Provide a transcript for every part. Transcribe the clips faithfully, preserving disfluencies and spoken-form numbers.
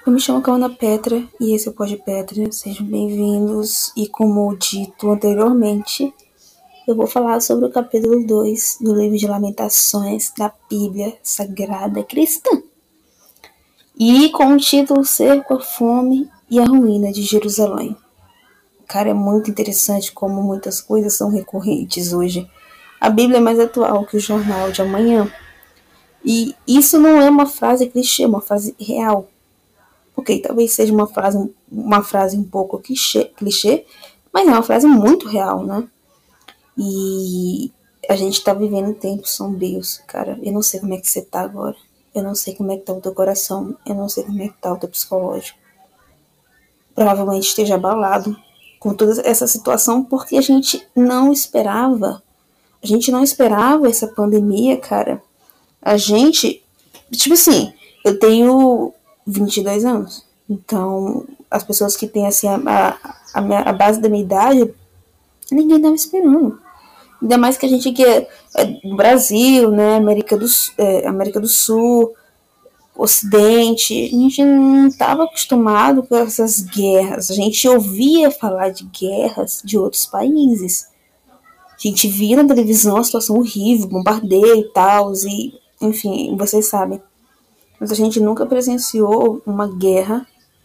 Eu me chamo Kauna Petra e esse é o Pod Petra. Sejam bem-vindos. E como dito anteriormente, eu vou falar sobre o capítulo dois do livro de Lamentações da Bíblia Sagrada Cristã. E com o título Cerco, a Fome e a Ruína de Jerusalém. Cara, é muito interessante como muitas coisas são recorrentes hoje. A Bíblia é mais atual que o jornal de amanhã. E isso não é uma frase clichê, é uma frase real. Ok, talvez seja uma frase, uma frase um pouco clichê, clichê, mas é uma frase muito real, né? E a gente tá vivendo tempos sombrios, cara. Eu não sei como é que você tá agora. Eu não sei como é que tá o teu coração. Eu não sei como é que tá o teu psicológico. Provavelmente esteja abalado com toda essa situação, porque a gente não esperava. A gente não esperava essa pandemia, cara. A gente, tipo assim, eu tenho vinte e dois anos. Então, as pessoas que têm assim, a, a, minha, a base da minha idade, ninguém estava esperando. Ainda mais que a gente que é, é do Brasil, né, América do, é, América do Sul, Ocidente, a gente não estava acostumado com essas guerras. A gente ouvia falar de guerras de outros países. A gente via na televisão uma situação horrível, bombardeio e tal, e, enfim, vocês sabem. Mas a gente nunca presenciou uma guerra,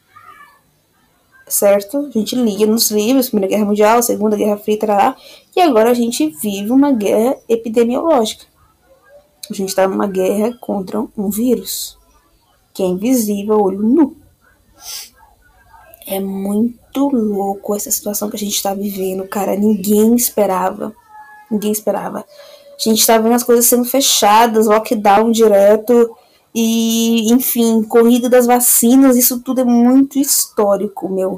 certo? A gente lia nos livros, Primeira Guerra Mundial, Segunda Guerra Fria, tarará, e agora a gente vive uma guerra epidemiológica. A gente está numa guerra contra um vírus, que é invisível a olho nu. É muito louco essa situação que a gente está vivendo, cara. Ninguém esperava. Ninguém esperava. A gente está vendo as coisas sendo fechadas, lockdown direto, e, enfim, corrida das vacinas, isso tudo é muito histórico, meu.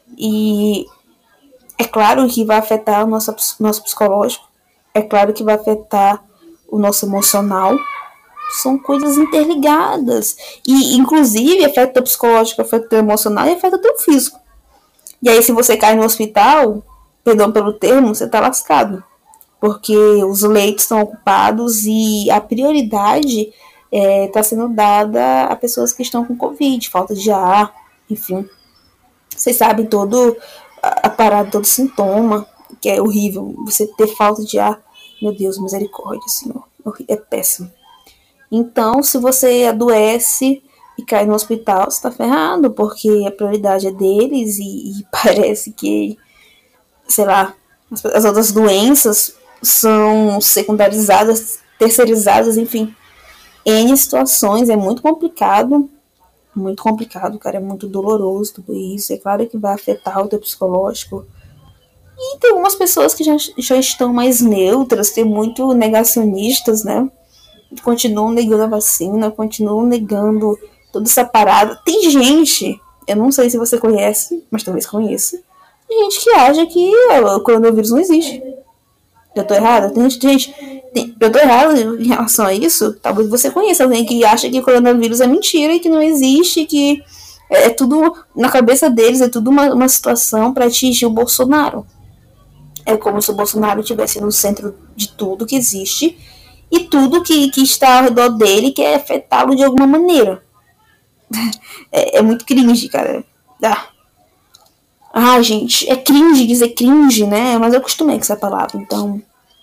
E é claro que vai afetar o nosso, nosso psicológico, é claro que vai afetar o nosso emocional, são coisas interligadas. E, inclusive, afeta o psicológico, afeta o emocional e afeta o teu físico. E aí, se você cai no hospital, perdão pelo termo, você tá lascado. Porque os leitos estão ocupados e a prioridade está é, sendo dada a pessoas que estão com Covid, falta de ar, enfim. Vocês sabem todo a, a parada, todo sintoma, que é horrível. Você ter falta de ar, meu Deus, misericórdia, Senhor, é péssimo. Então, se você adoece e cai no hospital, você está ferrado, porque a prioridade é deles e, e parece que, sei lá, as, as outras doenças são secundarizadas, terceirizadas, enfim. N situações, é muito complicado, muito complicado, cara, é muito doloroso tudo isso, é claro que vai afetar o teu psicológico. E tem algumas pessoas que já, já estão mais neutras, tem muito negacionistas, né, continuam negando a vacina, continuam negando toda essa parada. Tem gente, eu não sei se você conhece, mas talvez conheça, tem gente que acha que o coronavírus não existe. Eu tô errada? Tem gente, gente tem, eu tô errada em relação a isso? Talvez você conheça alguém que acha que o coronavírus é mentira e que não existe, que é, é tudo, na cabeça deles, é tudo uma, uma situação para atingir o Bolsonaro. É como se o Bolsonaro estivesse no centro de tudo que existe e tudo que, que está ao redor dele quer afetá-lo de alguma maneira. É, é muito cringe, cara. Ah. Ah, gente, é cringe dizer cringe, né? Mas eu acostumei com essa palavra, então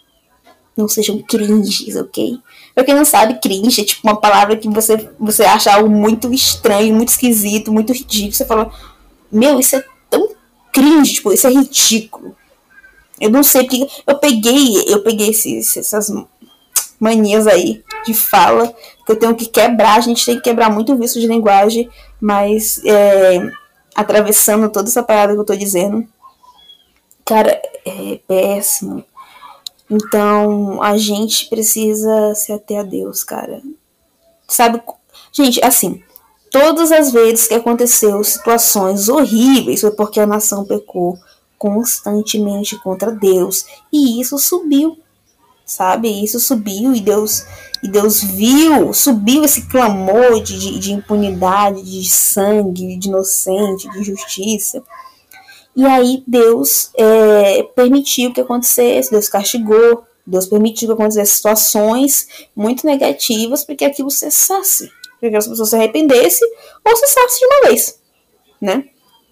não sejam cringes, ok? Pra quem não sabe, cringe é tipo uma palavra que você, você acha algo muito estranho, muito esquisito, muito ridículo. Você fala, meu, isso é tão cringe, tipo, isso é ridículo. Eu não sei porque eu peguei, eu peguei esses, essas manias aí de fala que eu tenho que quebrar. A gente tem que quebrar muito o vício de linguagem, mas é, atravessando toda essa parada que eu tô dizendo, cara, é péssimo. Então, a gente precisa se ater a Deus, cara. Sabe, gente, assim, todas as vezes que aconteceu situações horríveis foi porque a nação pecou constantemente contra Deus. E isso subiu, sabe? Isso subiu e Deus, e Deus viu, subiu esse clamor de, de, de impunidade, de sangue, de inocente, de justiça. E aí Deus é, permitiu que acontecesse, Deus castigou, Deus permitiu que acontecesse situações muito negativas para que aquilo cessasse. que aquelas pessoas se arrependessem ou cessassem de uma vez, né?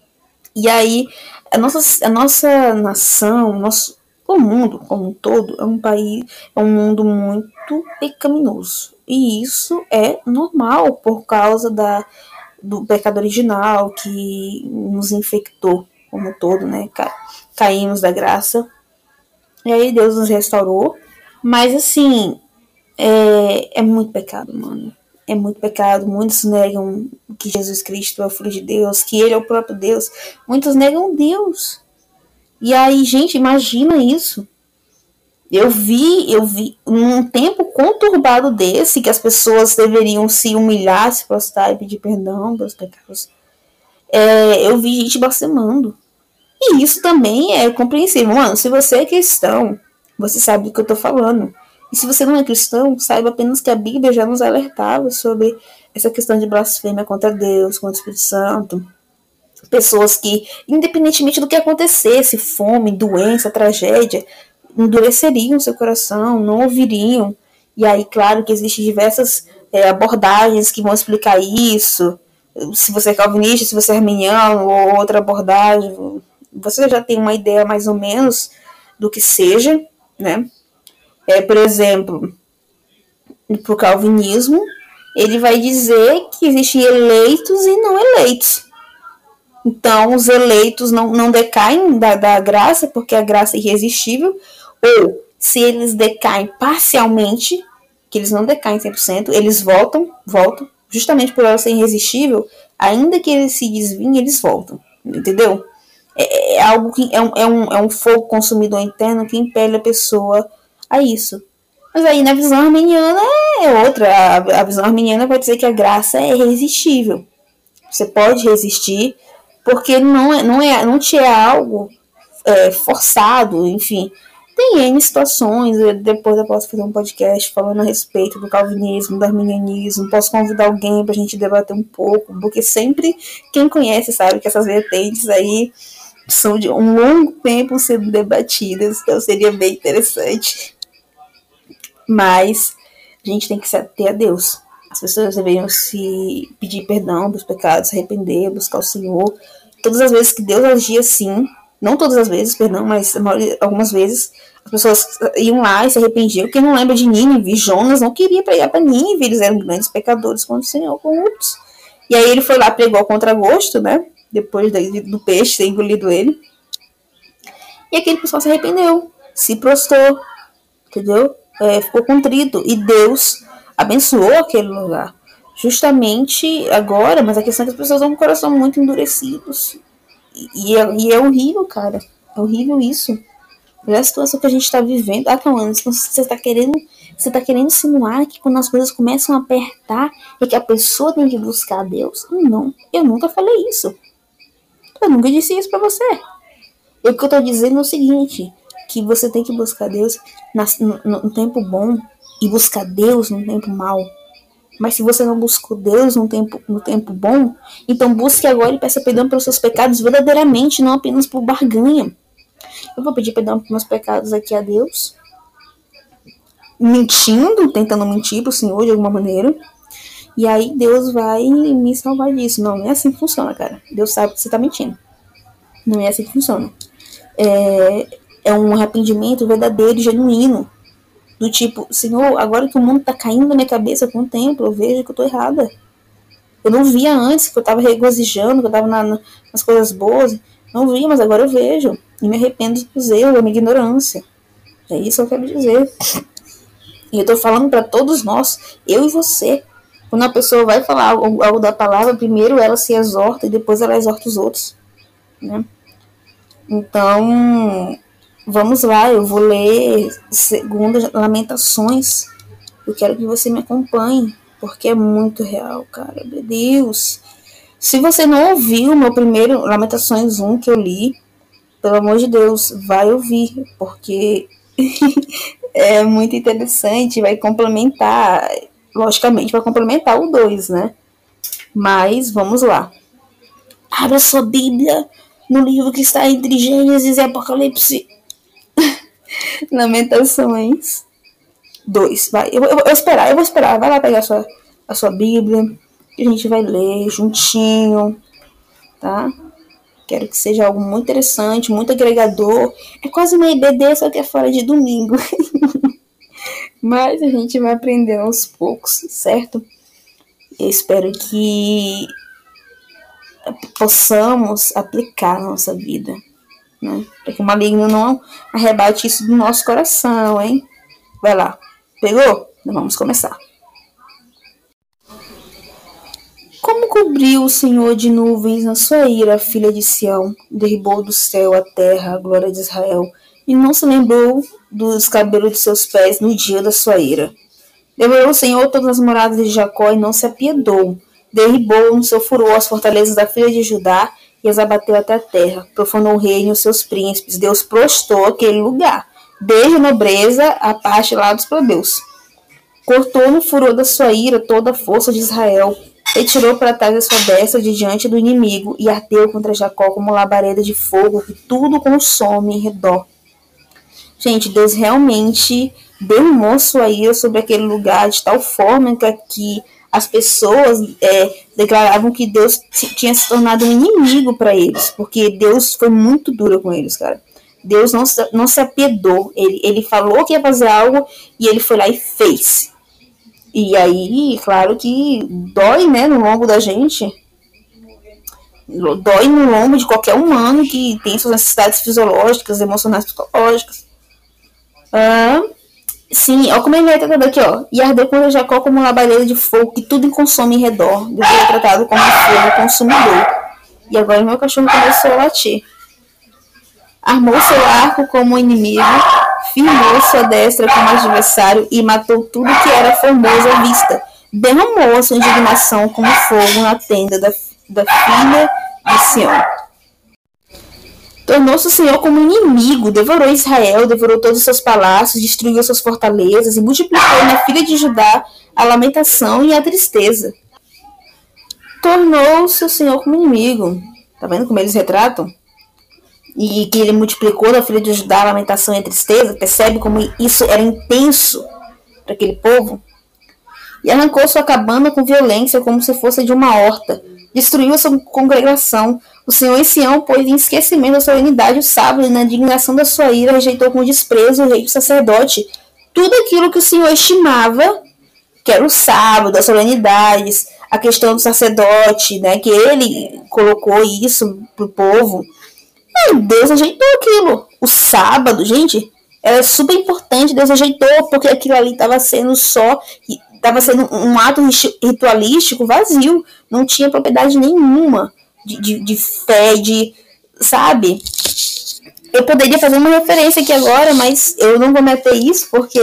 E aí, a nossa, a nossa nação, nosso, o mundo como um todo, é um país, é um mundo muito pecaminoso. E isso é normal por causa da, do pecado original que nos infectou como um todo, né? Ca, caímos da graça. E aí Deus nos restaurou. Mas assim, é, é muito pecado, mano. É muito pecado. Muitos negam que Jesus Cristo é o Filho de Deus, que Ele é o próprio Deus. Muitos negam Deus. E aí, gente, imagina isso. Eu vi, eu vi, num tempo conturbado desse, que as pessoas deveriam se humilhar, se prostrar e pedir perdão pelos pecados. É, eu vi gente blasfemando. E isso também é compreensível. Mano, se você é cristão, você sabe do que eu tô falando. E se você não é cristão, saiba apenas que a Bíblia já nos alertava sobre essa questão de blasfêmia contra Deus, contra o Espírito Santo. Pessoas que, independentemente do que acontecesse, fome, doença, tragédia, endureceriam seu coração, não ouviriam. E aí, claro que existem diversas é, abordagens que vão explicar isso. Se você é calvinista, se você é arminiano, ou outra abordagem, você já tem uma ideia mais ou menos do que seja, né? É, por exemplo, para o calvinismo, ele vai dizer que existem eleitos e não eleitos. Então, os eleitos não, não decaem da, da graça, porque a graça é irresistível, ou se eles decaem parcialmente, que eles não decaem cem por cento, eles voltam, voltam, justamente por ela ser irresistível, ainda que eles se desviem, eles voltam, entendeu? É, é algo que é um, é, um, é um fogo consumidor interno que impele a pessoa a isso. Mas aí na visão arminiana é outra. A, a visão arminiana vai dizer que a graça é irresistível. Você pode resistir, porque não, é, não, é, não te é algo é, forçado, enfim. Tem N situações, depois eu posso fazer um podcast falando a respeito do calvinismo, do arminianismo, posso convidar alguém pra gente debater um pouco, porque sempre quem conhece sabe que essas vertentes aí são de um longo tempo sendo debatidas, então seria bem interessante. Mas a gente tem que se ater a Deus. As pessoas deveriam se pedir perdão dos pecados, se arrepender, buscar o Senhor. Todas as vezes que Deus agia assim, não todas as vezes, perdão, mas algumas vezes, as pessoas iam lá e se arrependiam. Quem não lembra de Nínive, Jonas não queria pregar para Nínive, eles eram grandes pecadores contra o Senhor, corruptos. E aí ele foi lá, pregou a contragosto, né? Depois do peixe ter engolido ele. E aquele pessoal se arrependeu, se prostrou, entendeu? É, ficou contrito. E Deus abençoou aquele lugar. Justamente agora, mas a questão é que as pessoas estão com o coração muito endurecidos. E, e, é, e é horrível, cara. É horrível isso. Olha a situação que a gente está vivendo. Ah, Cauã, você está querendo, você tá querendo insinuar que quando as coisas começam a apertar é que a pessoa tem que buscar a Deus? Não, eu nunca falei isso. Eu nunca disse isso pra você. E o que eu tô dizendo é o seguinte, que você tem que buscar Deus no, no, no tempo bom e buscar Deus no tempo mau. Mas se você não buscou Deus no tempo, no tempo bom, então busque agora e peça perdão pelos seus pecados verdadeiramente, não apenas por barganha. Eu vou pedir perdão pelos meus pecados aqui a Deus, mentindo, tentando mentir pro Senhor de alguma maneira, e aí Deus vai me salvar disso. Não, não é assim que funciona, cara. Deus sabe que você tá mentindo. Não é assim que funciona. É, é um arrependimento verdadeiro e genuíno. Do tipo, Senhor, agora que o mundo tá caindo na minha cabeça com o tempo, eu vejo que eu tô errada. Eu não via antes, que eu tava regozijando, que eu tava na, nas coisas boas. Não via, mas agora eu vejo. E me arrependo dos erros, da minha ignorância. É isso que eu quero dizer. E eu tô falando pra todos nós, eu e você. Quando a pessoa vai falar algo, algo da palavra, primeiro ela se exorta e depois ela exorta os outros. Né? Então, vamos lá, eu vou ler segundo Lamentações. Eu quero que você me acompanhe, porque é muito real, cara. Meu Deus. Se você não ouviu o meu primeiro Lamentações um que eu li, pelo amor de Deus, vai ouvir, porque é muito interessante, vai complementar, logicamente vai complementar o dois, né? Mas vamos lá. Abra sua Bíblia no livro que está entre Gênesis e Apocalipse. Lamentações dois. Vai, eu, eu, eu vou esperar, eu vou esperar. Vai lá pegar sua, a sua Bíblia, que a gente vai ler juntinho, tá? Quero que seja algo muito interessante, muito agregador. É quase uma E B D, só que é fora de domingo. Mas a gente vai aprender aos poucos, certo? Eu espero que possamos aplicar na nossa vida, né? Para que o maligno não arrebate isso do nosso coração, hein? Vai lá. Pegou? Então vamos começar. Como cobriu o Senhor de nuvens na sua ira a filha de Sião, derribou do céu a terra, a glória de Israel, e não se lembrou dos cabelos de seus pés no dia da sua ira. Devorou o Senhor todas as moradas de Jacó e não se apiedou. Derribou no seu furor as fortalezas da filha de Judá e as abateu até a terra. Profanou o reino e os seus príncipes. Deus prostou aquele lugar, desde a nobreza a parte lá dos plebeus. Cortou no furor da sua ira toda a força de Israel. Retirou para trás a sua destra de diante do inimigo e ardeu contra Jacó como labareda de fogo que tudo consome em redor. Gente, Deus realmente derramou sua ira sobre aquele lugar de tal forma que aqui as pessoas é, declaravam que Deus tinha se tornado um inimigo para eles, porque Deus foi muito duro com eles, cara. Deus não, não se apiedou. Ele, ele falou que ia fazer algo e ele foi lá e fez. E aí, claro que dói, né, no lombo da gente. Dói no lombo de qualquer humano que tem suas necessidades fisiológicas, emocionais, psicológicas. Ah, sim, olha como ele é tratado aqui, ó. E ardeu contra Jacó como uma labareda de fogo que tudo consome em redor. Deus é tratado como um fogo consumidor. E agora meu cachorro começou a latir. Armou seu arco como inimigo, firmou sua destra como adversário e matou tudo que era formoso à vista. Derramou a sua indignação como fogo na tenda da, da filha de Sião. Tornou-se o Senhor como inimigo, devorou Israel, devorou todos os seus palácios, destruiu suas fortalezas e multiplicou na filha de Judá a lamentação e a tristeza. Tornou-se o Senhor como inimigo. Tá vendo como eles retratam? E que ele multiplicou na filha de Judá a lamentação e a tristeza. Percebe como isso era intenso para aquele povo? E arrancou sua cabana com violência, como se fosse de uma horta. Destruiu a sua congregação. O Senhor em Sião pôs em esquecimento a solenidade o sábado, e na indignação da sua ira rejeitou com desprezo o rei e o sacerdote. Tudo aquilo que o Senhor estimava, que era o sábado, as solenidades, a questão do sacerdote, né, que ele colocou isso pro povo. E Deus rejeitou aquilo. O sábado, gente, era super importante. Deus rejeitou porque aquilo ali estava sendo só... Estava sendo um ato ritualístico vazio. Não tinha propriedade nenhuma de, de, de fé, de... Sabe? Eu poderia fazer uma referência aqui agora, mas eu não vou meter isso porque...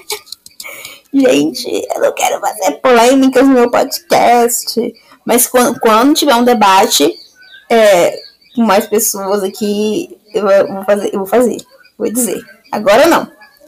Gente, eu não quero fazer polêmicas no meu podcast. Mas quando, quando tiver um debate é, com mais pessoas aqui, eu vou fazer, eu vou fazer, vou dizer. Agora não.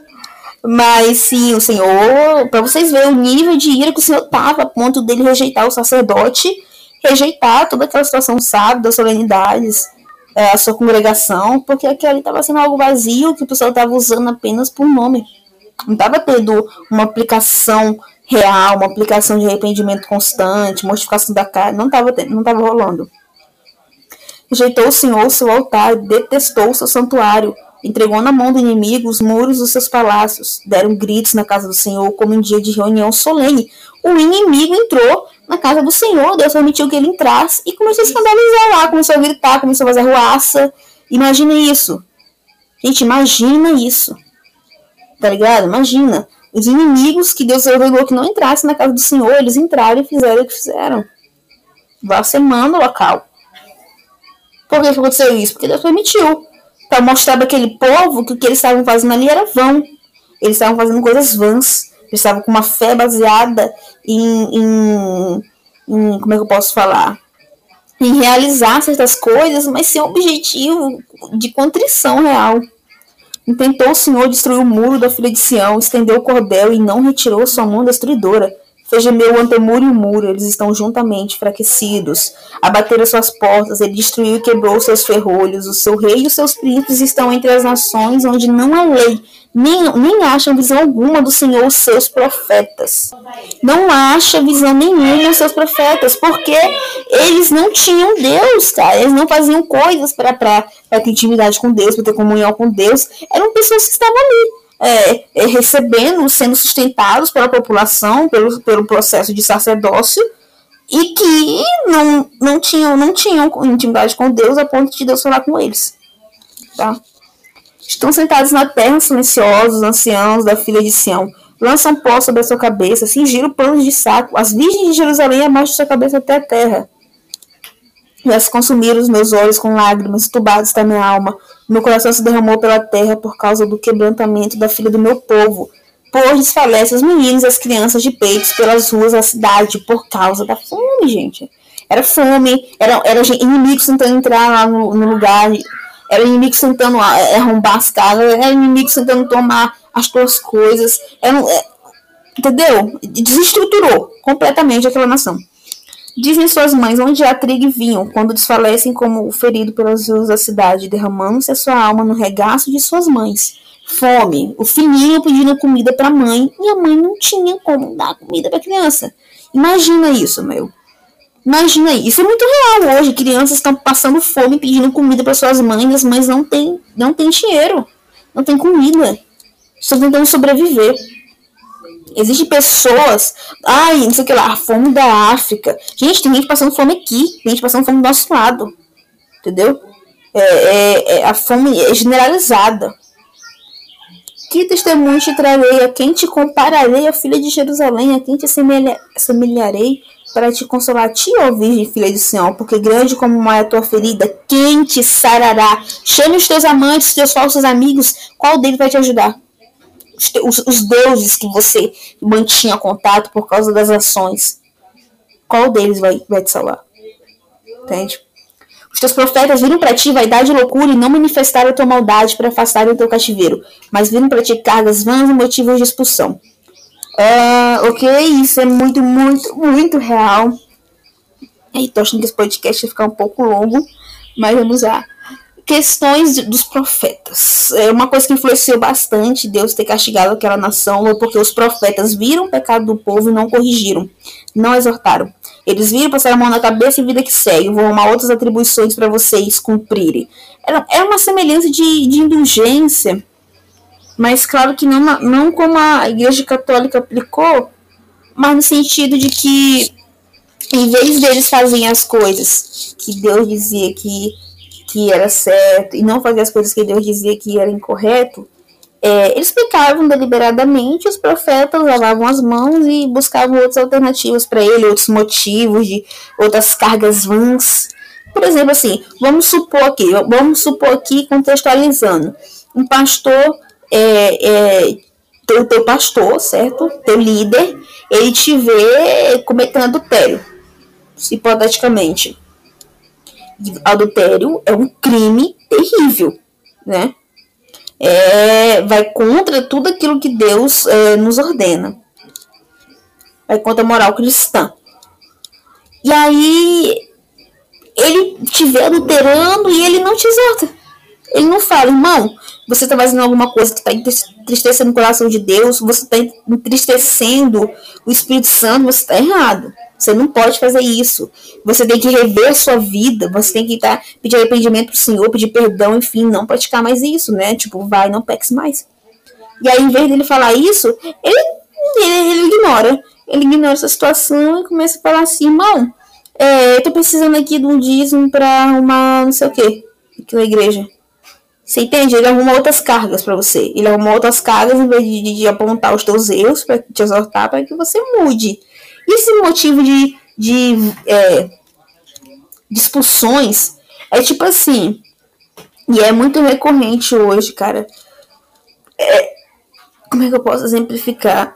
Mas sim, o Senhor, para vocês verem o nível de ira que o Senhor estava, a ponto dele rejeitar o sacerdote, rejeitar toda aquela situação, sabe, das solenidades, é, a sua congregação, porque aquilo ali estava sendo algo vazio que o pessoal estava usando apenas por nome. Não estava tendo uma aplicação real, uma aplicação de arrependimento constante, mortificação da carne, não estava não estava rolando. Rejeitou o Senhor o seu altar, detestou o seu santuário, entregou na mão do inimigo os muros dos seus palácios. Deram gritos na casa do Senhor como em dia de reunião solene. O inimigo entrou na casa do Senhor, Deus permitiu que ele entrasse e começou a escandalizar lá, começou a gritar, começou a fazer ruaça. Imagina isso. Gente, imagina isso. Tá ligado? Imagina. Os inimigos que Deus ordenou que não entrassem na casa do Senhor, eles entraram e fizeram o que fizeram. Blasfemando o local. Por que aconteceu isso? Porque Deus permitiu. Para mostrar para aquele povo que o que eles estavam fazendo ali era vão. Eles estavam fazendo coisas vãs. Eles estavam com uma fé baseada em, em, em... Como é que eu posso falar? Em realizar certas coisas, mas sem objetivo de contrição real. Intentou o Senhor destruir o muro da filha de Sião, estendeu o cordel e não retirou sua mão destruidora. gemeu ante o muro e o muro, eles estão juntamente enfraquecidos. Abateram suas portas, ele destruiu e quebrou seus ferrolhos. O seu rei e os seus príncipes estão entre as nações onde não há lei, nem, nem acham visão alguma do Senhor os seus profetas. Não acha visão nenhuma os seus profetas, porque eles não tinham Deus, cara. Eles não faziam coisas para ter intimidade com Deus, para ter comunhão com Deus. Eram pessoas que estavam ali. É, é, recebendo, sendo sustentados pela população, pelo, pelo processo de sacerdócio, e que não, não, tinham, não tinham intimidade com Deus a ponto de Deus falar com eles. Tá? Estão sentados na terra silenciosos, os anciãos da filha de Sião, lançam pó sobre a sua cabeça, cingiram panos de saco, as virgens de Jerusalém abaixam sua cabeça até a terra. Já se consumiram os meus olhos com lágrimas, tubados está minha alma. Meu coração se derramou pela terra por causa do quebrantamento da filha do meu povo. Pois desfalece os meninos e as crianças de peitos pelas ruas da cidade por causa da fome, gente. Era fome, era, era inimigos tentando entrar lá no, no lugar, era inimigos tentando arrombar as casas, era inimigos tentando tomar as tuas coisas. Era, é, entendeu? Desestruturou completamente aquela nação. Dizem suas mães, onde há trigo e vinho, quando desfalecem como o ferido pelas ruas da cidade, derramando-se a sua alma no regaço de suas mães. Fome, o filhinho pedindo comida para a mãe, e a mãe não tinha como dar comida para a criança. Imagina isso, meu. Imagina isso. Isso é muito real hoje. Crianças estão passando fome, pedindo comida para suas mães, e as mães não têm, não têm dinheiro, não têm comida. Estão tentando sobreviver. Existem pessoas, ai, não sei o que lá, a fome da África. Gente, tem gente passando fome aqui, tem gente passando fome do nosso lado, entendeu? É, é, é, a fome é generalizada. Que testemunho te trarei, a quem te compararei, a filha de Jerusalém, a quem te semelharei, para te consolar a ti, ó virgem, filha de Sião, porque grande como é a tua ferida, quem te sarará? Chame os teus amantes, os teus falsos amigos, qual deles vai te ajudar? Os, os deuses que você mantinha contato por causa das ações, qual deles vai, vai te salvar? Entende? Os teus profetas viram para ti vaidade e loucura e não manifestaram a tua maldade para afastar o teu cativeiro, mas viram para ti cargas vãs e motivos de expulsão. Uh, ok, isso é muito, muito, muito real. Tô achando que esse podcast vai ficar um pouco longo, mas vamos lá. Questões dos profetas. É uma coisa que influenciou bastante Deus ter castigado aquela nação, porque os profetas viram o pecado do povo e não corrigiram, não exortaram. Eles viram, passaram a mão na cabeça e vida que segue. Vou arrumar outras atribuições para vocês cumprirem. Era, era uma semelhança de, de indulgência, mas claro que não, não como a Igreja Católica aplicou, mas no sentido de que, em vez deles fazerem as coisas que Deus dizia que que era certo, e não fazer as coisas que Deus dizia que era incorreto, é, eles pecavam deliberadamente, os profetas lavavam as mãos e buscavam outras alternativas para ele, outros motivos, de outras cargas vãs. Por exemplo, assim, vamos supor aqui, vamos supor aqui, contextualizando, um pastor, é, é, o teu pastor, certo? Teu líder, ele te vê cometendo adultério, hipoteticamente. Adultério é um crime terrível, né? É, vai contra tudo aquilo que Deus é, nos ordena. Vai contra a moral cristã. E aí, ele te vê adulterando e ele não te exorta. Ele não fala, irmão, você está fazendo alguma coisa que está entristecendo o coração de Deus, você está entristecendo o Espírito Santo, você está errado. Você não pode fazer isso. Você tem que rever a sua vida. Você tem que tá, pedir arrependimento pro Senhor, pedir perdão, enfim, não praticar mais isso, né? Tipo, vai, não peques mais. E aí, em vez dele falar isso, ele, ele, ele ignora. Ele ignora essa situação e começa a falar assim, irmão, é, eu tô precisando aqui de um dízimo pra arrumar não sei o que aqui na igreja. Você entende? Ele arruma outras cargas pra você. Ele arruma outras cargas em vez de, de, de apontar os teus erros, pra te exortar, para que você mude. E esse motivo de, de, é, de expulsões é tipo assim, e é muito recorrente hoje, cara. É, como é que eu posso exemplificar?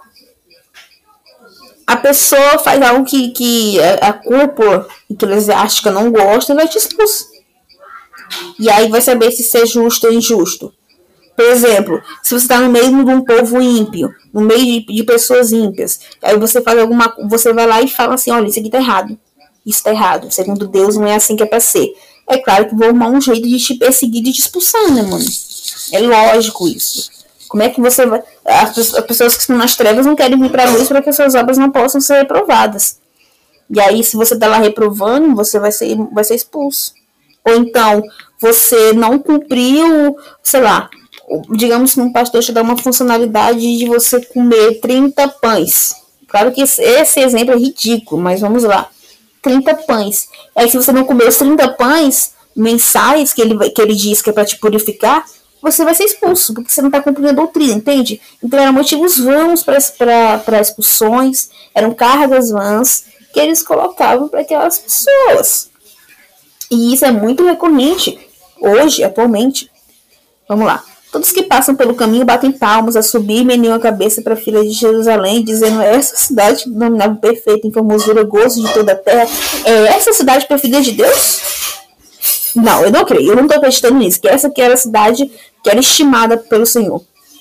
A pessoa faz algo que, que a, a cúpula eclesiástica não gosta e vai te expulsar. E aí vai saber se isso é justo ou injusto. Por exemplo, se você está no meio de um povo ímpio, no meio de, de pessoas ímpias, aí você faz alguma, você vai lá e fala assim, olha, isso aqui tá errado, isso tá errado, segundo Deus não é assim que é para ser. É claro que vou arrumar um jeito de te perseguir, de te expulsar, né, mano? É lógico isso. Como é que você vai... As pessoas que estão nas trevas não querem vir para a luz para que as suas obras não possam ser reprovadas. E aí, se você está lá reprovando, você vai ser, vai ser expulso. Ou então, você não cumpriu, sei lá, digamos que um pastor te dá uma funcionalidade de você comer trinta pães. Claro que esse, esse exemplo é ridículo, mas vamos lá. trinta pães. Aí, se você não comer os trinta pães mensais que ele, que ele diz que é para te purificar, você vai ser expulso, porque você não está cumprindo a doutrina, entende? Então eram motivos vãos para expulsões, eram cargas vãs que eles colocavam para aquelas pessoas. E isso é muito recorrente hoje, atualmente. Vamos lá. Todos que passam pelo caminho batem palmas a subir e meneam a cabeça para a filha de Jerusalém, dizendo: essa cidade que denominava perfeita em formosura, gozo de toda a terra, é essa cidade preferida de Deus? Não, eu não creio, eu não estou acreditando nisso, que essa que era a cidade que era estimada pelo Senhor.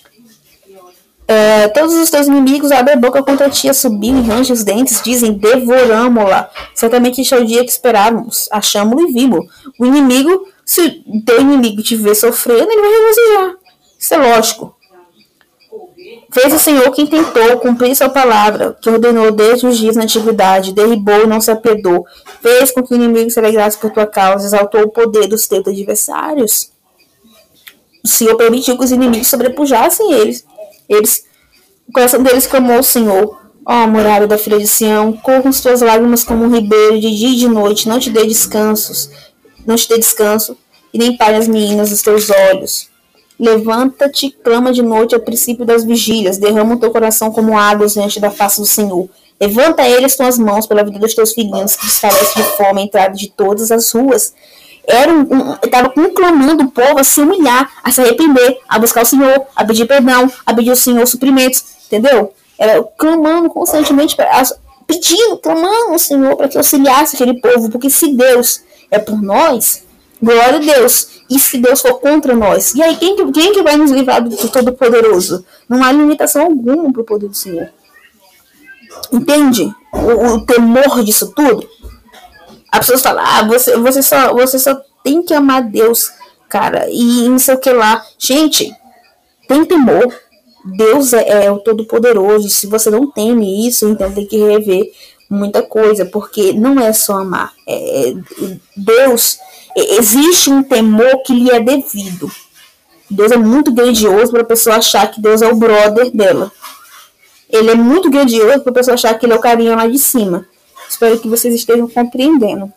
É, todos os teus inimigos abrem a boca contra ti, subiam e rangem os dentes, dizem: devoramo-la. Certamente este é o dia que esperávamos, achamo-lo e vimos. O inimigo, se o teu inimigo te ver sofrendo, ele vai regozijar. Isso é lógico. Fez o Senhor quem tentou cumprir sua palavra, que ordenou desde os dias na antiguidade, derribou e não se apedou, fez com que o inimigo se alegrasse por tua causa, exaltou o poder dos teus adversários. O Senhor permitiu que os inimigos sobrepujassem eles. eles. O coração deles clamou ao Senhor: ó oh, muralha da filha de Sião, corram as tuas lágrimas como um ribeiro, de dia e de noite, não te dê descansos, não te dê descanso, e nem pare as meninas dos teus olhos. Levanta-te, clama de noite ao princípio das vigílias, derrama o teu coração como águas diante da face do Senhor. Levanta a ele as tuas mãos pela vida dos teus filhinhos, que desfalecem de fome à entrada de todas as ruas. Era um, um, estava conclamando o povo a se humilhar, a se arrepender, a buscar o Senhor, a pedir perdão, a pedir ao Senhor suprimentos, entendeu? Era clamando constantemente, pedindo, clamando ao Senhor para que auxiliasse aquele povo, porque se Deus é por nós, glória a Deus. E se Deus for contra nós? E aí, quem, quem que vai nos livrar do Todo-Poderoso? Não há limitação alguma para o poder do Senhor. Entende? O, o temor disso tudo. As pessoas falam: ah, você, você, só, você só tem que amar Deus, cara, e não sei o que lá. Gente, tem temor. Deus é, é o Todo-Poderoso. Se você não teme isso, então tem que rever muita coisa, porque não é só amar. É, Deus... Existe um temor que lhe é devido. Deus é muito grandioso para a pessoa achar que Deus é o brother dela. Ele é muito grandioso para a pessoa achar que ele é o carinha lá de cima. Espero que vocês estejam compreendendo.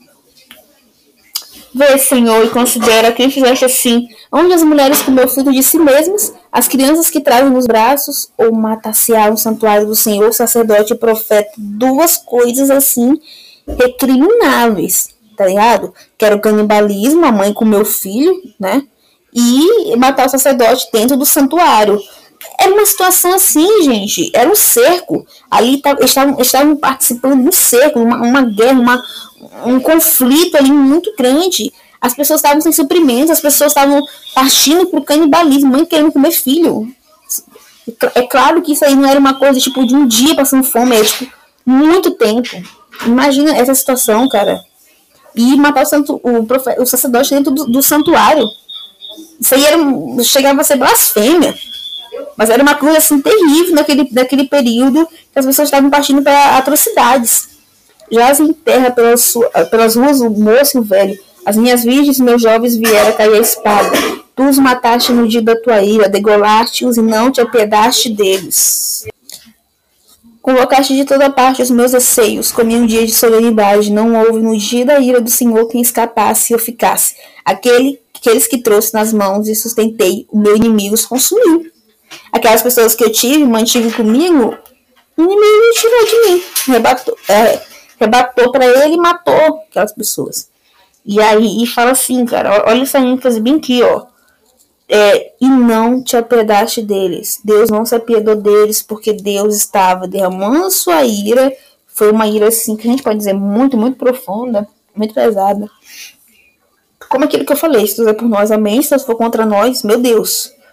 Vê, Senhor, e considera quem fizeste assim, onde as mulheres comeu fruto de si mesmas, as crianças que trazem nos braços, ou matacear no santuário do Senhor, sacerdote e profeta, duas coisas assim recrimináveis. Tá ligado? Que era o canibalismo, a mãe comeu o filho, né? E matar o sacerdote dentro do santuário. Era uma situação assim, gente. Era um cerco. Ali estavam, estavam participando de um cerco, uma, uma guerra, uma, um conflito ali muito grande. As pessoas estavam sem suprimentos, as pessoas estavam partindo pro canibalismo, mãe querendo comer filho. É claro que isso aí não era uma coisa tipo de um dia passando fome, é tipo muito tempo. Imagina essa situação, cara. E matar o, santo, o, profe, o sacerdote dentro do, do santuário. Isso aí era, chegava a ser blasfêmia. Mas era uma coisa assim terrível naquele, naquele período, que as pessoas estavam partindo para atrocidades. Jaz em terra pelas, pelas ruas o moço e o velho. As minhas virgens e meus jovens vieram a cair a espada. Tu os mataste no dia da tua ira, degolaste-os e não te apiedaste deles. Convocaste de toda parte os meus anseios, comi um dia de solenidade, não houve no dia da ira do Senhor quem escapasse ou ficasse. Aquele, aqueles que trouxe nas mãos e sustentei, o meu inimigo os consumiu. Aquelas pessoas que eu tive, mantive comigo, o inimigo tirou de mim, rebatou, é, rebatou para ele e matou aquelas pessoas. E aí, e fala assim, cara, olha essa ênfase bem aqui, ó. É, e não te apiedaste deles. Deus não se apiedou deles porque Deus estava derramando sua ira. Foi uma ira assim que a gente pode dizer muito, muito profunda, muito pesada. Como aquilo que eu falei: se Deus é por nós, amém. Se Deus for contra nós, meu Deus,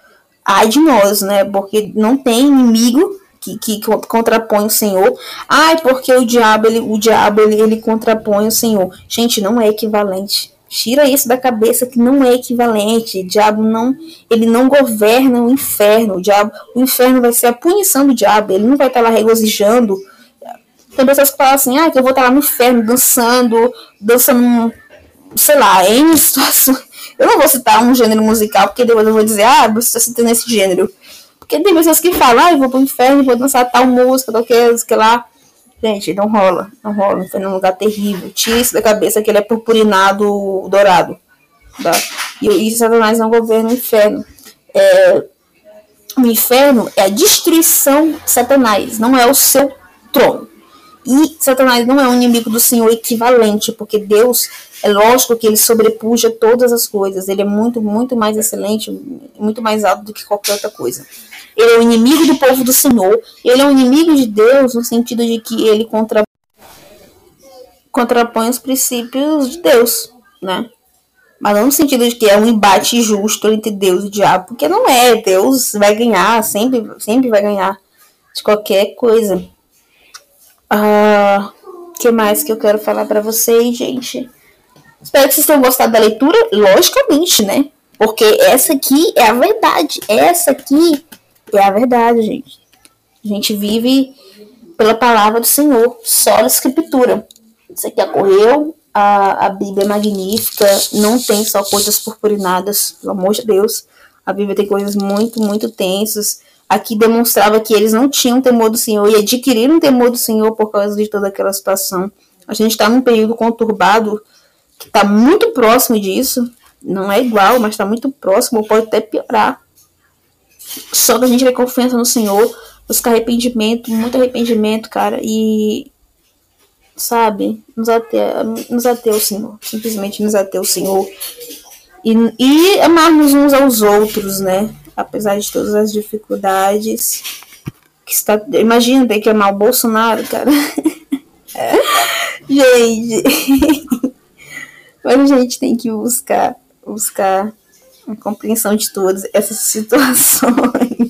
ai de nós, né? Porque não tem inimigo que, que contrapõe o Senhor. Ai, porque o diabo, ele, o diabo ele, ele contrapõe o Senhor. Gente, não é equivalente. Tira isso da cabeça que não é equivalente. O diabo não, ele não governa o inferno. O diabo, o inferno vai ser a punição do diabo. Ele não vai estar lá regozijando. Tem pessoas que falam assim, ah, que eu vou estar lá no inferno dançando, dançando, sei lá, em situações. Eu não vou citar um gênero musical, porque depois eu vou dizer, ah, você está citando esse gênero. Porque tem pessoas que falam, ah, eu vou pro inferno, vou dançar tal música, tal que, que lá. Gente, não rola, não rola, o inferno é um lugar terrível. Tira isso da cabeça que ele é purpurinado dourado. Tá? E, e Satanás não governa o inferno. É, o inferno é a destruição de Satanás, não é o seu trono. E Satanás não é um inimigo do Senhor equivalente, porque Deus, é lógico que ele sobrepuja todas as coisas. Ele é muito, muito mais excelente, muito mais alto do que qualquer outra coisa. Ele é o inimigo do povo do Senhor. Ele é um inimigo de Deus no sentido de que ele contra... contrapõe os princípios de Deus, né? Mas não no sentido de que é um embate justo entre Deus e o diabo, porque não é. Deus vai ganhar, sempre, sempre vai ganhar de qualquer coisa. Ah, que mais que eu quero falar pra vocês, gente? Espero que vocês tenham gostado da leitura, logicamente, né? Porque essa aqui é a verdade. Essa aqui é a verdade, gente. A gente vive pela palavra do Senhor, só a escritura. Isso aqui ocorreu, a, a Bíblia é magnífica, não tem só coisas purpurinadas, pelo amor de Deus. A Bíblia tem coisas muito, muito tensas. Aqui demonstrava que eles não tinham temor do Senhor e adquiriram temor do Senhor por causa de toda aquela situação. A gente está num período conturbado que está muito próximo disso. Não é igual, mas está muito próximo, pode até piorar. Só que a gente vai confiança no Senhor, buscar arrependimento, muito arrependimento, cara, e, sabe, nos ater, nos ater o Senhor, simplesmente nos ater o Senhor. E, e amarmos uns aos outros, né? Apesar de todas as dificuldades. Que está, imagina ter que amar o Bolsonaro, cara. Gente. Mas a gente tem que buscar, buscar a compreensão de todas essas situações.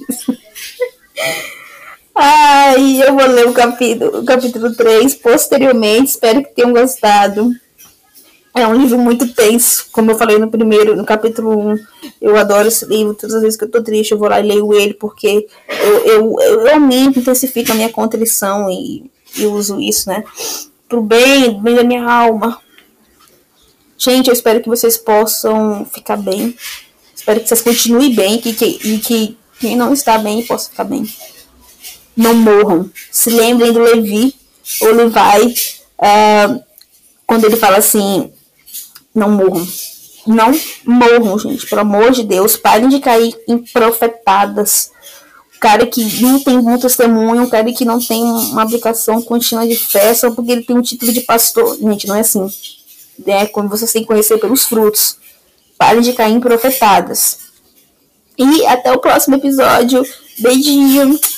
Ai, eu vou ler o capítulo, o capítulo três posteriormente. Espero que tenham gostado. É um livro muito tenso, como eu falei no primeiro, no capítulo um. Eu adoro esse livro, todas as vezes que eu tô triste eu vou lá e leio ele, porque eu, eu, eu aumento, intensifico a minha contrição e, e uso isso, né, pro bem, bem da minha alma. Gente, eu espero que vocês possam ficar bem, espero que vocês continuem bem que, que, e que quem não está bem possa ficar bem. Não morram. Se lembrem do Levi, ou Levi, uh, quando ele fala assim, não morram. Não morram, gente. Pelo amor de Deus. Parem de cair em profetadas. O cara que não tem um testemunho, um cara que não tem uma aplicação contínua de fé, só porque ele tem um título de pastor. Gente, não é assim. É quando vocês têm que conhecer pelos frutos. Parem de cair em profetadas. E até o próximo episódio. Beijinho.